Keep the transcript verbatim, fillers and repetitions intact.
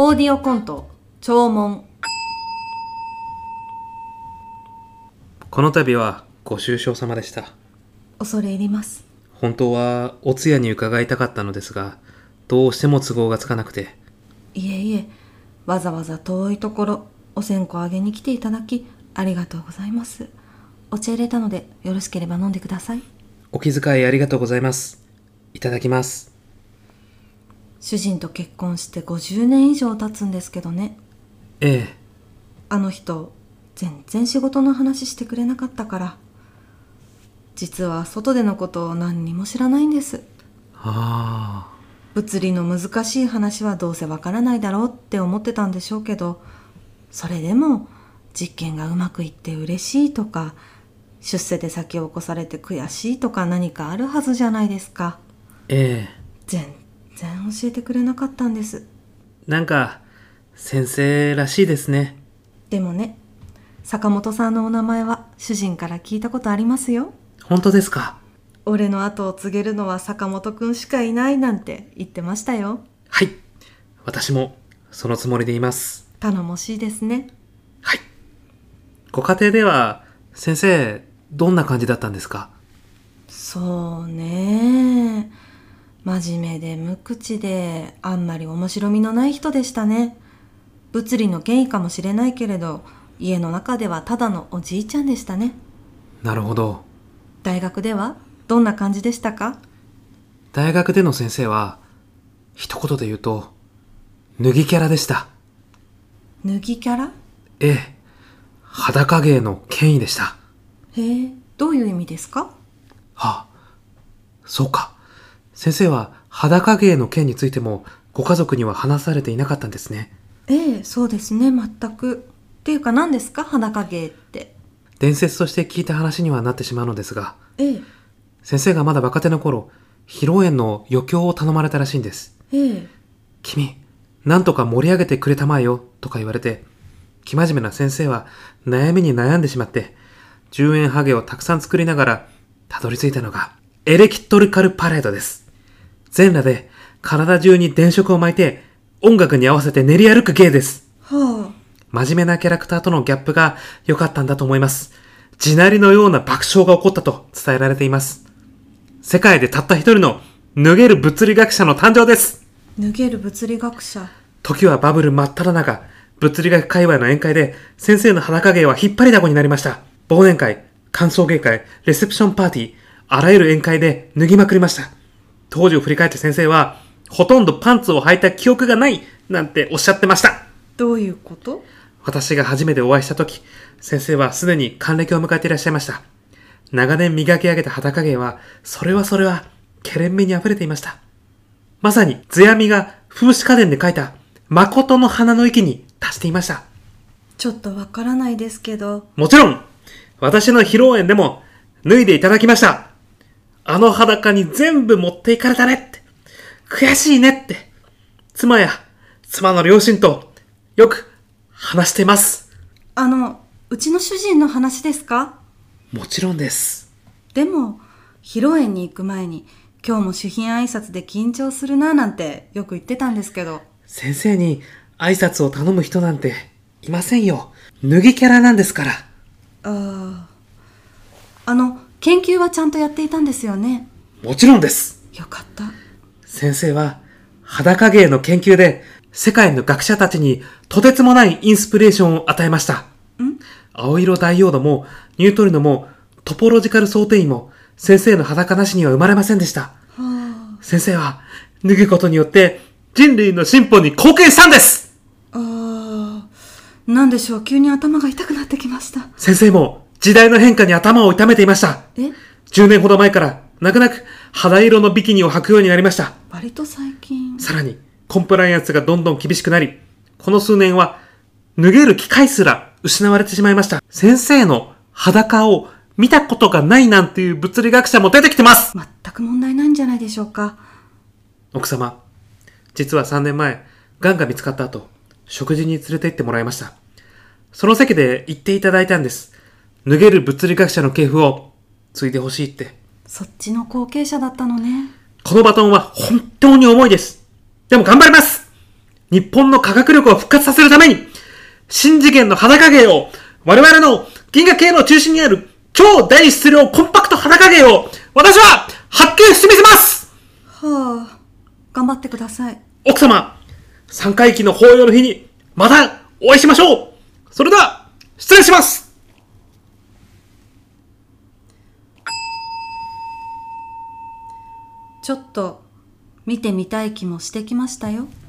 オーディオコント聴聞。 この度はご愁傷様でした。 恐れ入ります。 本当はお通夜に伺いたかったのですが、どうしても都合がつかなくて。 いえいえ、わざわざ遠いところお線香あげに来ていただきありがとうございます。お茶入れたのでよろしければ飲んでください。 お気遣いありがとうございます。いただきます。 主人と結婚してごじゅうねん以上経つんですけどね。 ええ。 あの人全然仕事の話してくれなかったから、実は外でのことを何にも知らないんです。 ああ。 物理の難しい話はどうせわからないだろうって思ってたんでしょうけど、それでも実験がうまくいって嬉しいとか、出世で先を越されて悔しいとか何かあるはずじゃないですか。 ええ。 全然教えてくれなかったんです。 なんか先生らしいですね。 でもね、坂本さんのお名前は主人から聞いたことありますよ。 本当ですか？ 俺の後を継げるのは坂本くんしかいないなんて言ってましたよ。 はい。私もそのつもりでいます。 頼もしいですね。 はい。ご家庭では先生どんな感じだったんですか？ そうね。真面目で無口であんまり面白みのない人でしたね。物理の権威かもしれないけれど、家の中ではただのおじいちゃんでしたね。 なるほど。 大学ではどんな感じでしたか？ 大学での先生は一言で言うと脱ぎキャラでした。 脱ぎキャラ？ ええ。裸芸の権威でした。 へえ、どういう意味ですか？ はあ、そうか。先生は裸芸の件についてもご家族には話されていなかったんですね。 ええ、そうですね、全く。っていうか何ですか、裸芸って。 伝説として聞いた話にはなってしまうのですが、 ええ、 先生がまだ若手の頃、披露宴の余興を頼まれたらしいんです。 ええ。 君、なんとか盛り上げてくれたまえよ、とか言われて、生真面目な先生は悩みに悩んでしまって、じゅうえんハゲをたくさん作りながら、たどり着いたのが、エレキトリカルパレードです。全裸で体中に電飾を巻いて、音楽に合わせて練り歩く芸です。 はあ。 真面目なキャラクターとのギャップが良かったんだと思います。地鳴りのような爆笑が起こったと伝えられています。世界でたった一人の脱げる物理学者の誕生です。 脱げる物理学者。 時はバブル真っ只中、物理学界隈の宴会で先生の裸芸は引っ張りだこになりました。忘年会、歓送迎会、レセプションパーティー、あらゆる宴会で脱ぎまくりました。当時を振り返って先生は、ほとんどパンツを履いた記憶がないなんておっしゃってました。 どういうこと？ 私が初めてお会いしたとき、先生はすでに還暦を迎えていらっしゃいました。長年磨き上げた裸芸は、それはそれは、ケレン味に溢れていました。まさに、図やみが風刺家電で描いた、誠の花の息に達していました。 ちょっとわからないですけど。 もちろん、私の披露宴でも脱いでいただきました。あの裸に全部持っていかれたねって、悔しいねって、妻や妻の両親とよく話しています。 あの、うちの主人の話ですか？ もちろんです。 でも、披露宴に行く前に、今日も主賓挨拶で緊張するななんてよく言ってたんですけど。 先生に挨拶を頼む人なんていませんよ。脱ぎキャラなんですから。 ああ。あの、研究はちゃんとやっていたんですよね。 もちろんです。 よかった。 先生は裸芸の研究で世界の学者たちにとてつもないインスピレーションを与えました。 ん？ 青色ダイオードもニュートリノもトポロジカル想定位も先生の裸なしには生まれませんでした。 はあ、 先生は脱ぐことによって人類の進歩に貢献したんです。 ああ、なんでしょう、急に頭が痛くなってきました。 先生も時代の変化に頭を痛めていました。 え？ じゅうねんほど前から泣く泣く肌色のビキニを履くようになりました。 割と最近。 さらにコンプライアンスがどんどん厳しくなり、この数年は脱げる機会すら失われてしまいました。先生の裸を見たことがないなんていう物理学者も出てきてます。 全く問題ないんじゃないでしょうか。 奥様、実はさんねんまえ、癌が見つかった後、食事に連れて行ってもらいました。その席で言っていただいたんです。脱げる物理学者の系譜を継いでほしいって。 そっちの後継者だったのね。 このバトンは本当に重いです。でも頑張ります。 日本の科学力を復活させるために、新次元の裸芸を、我々の銀河系の中心にある超大質量コンパクト裸芸を、私は発見してみせます。 はあ、頑張ってください。 奥様、三回忌の法要の日に、またお会いしましょう。それでは、失礼します。 ちょっと見てみたい気もしてきましたよ。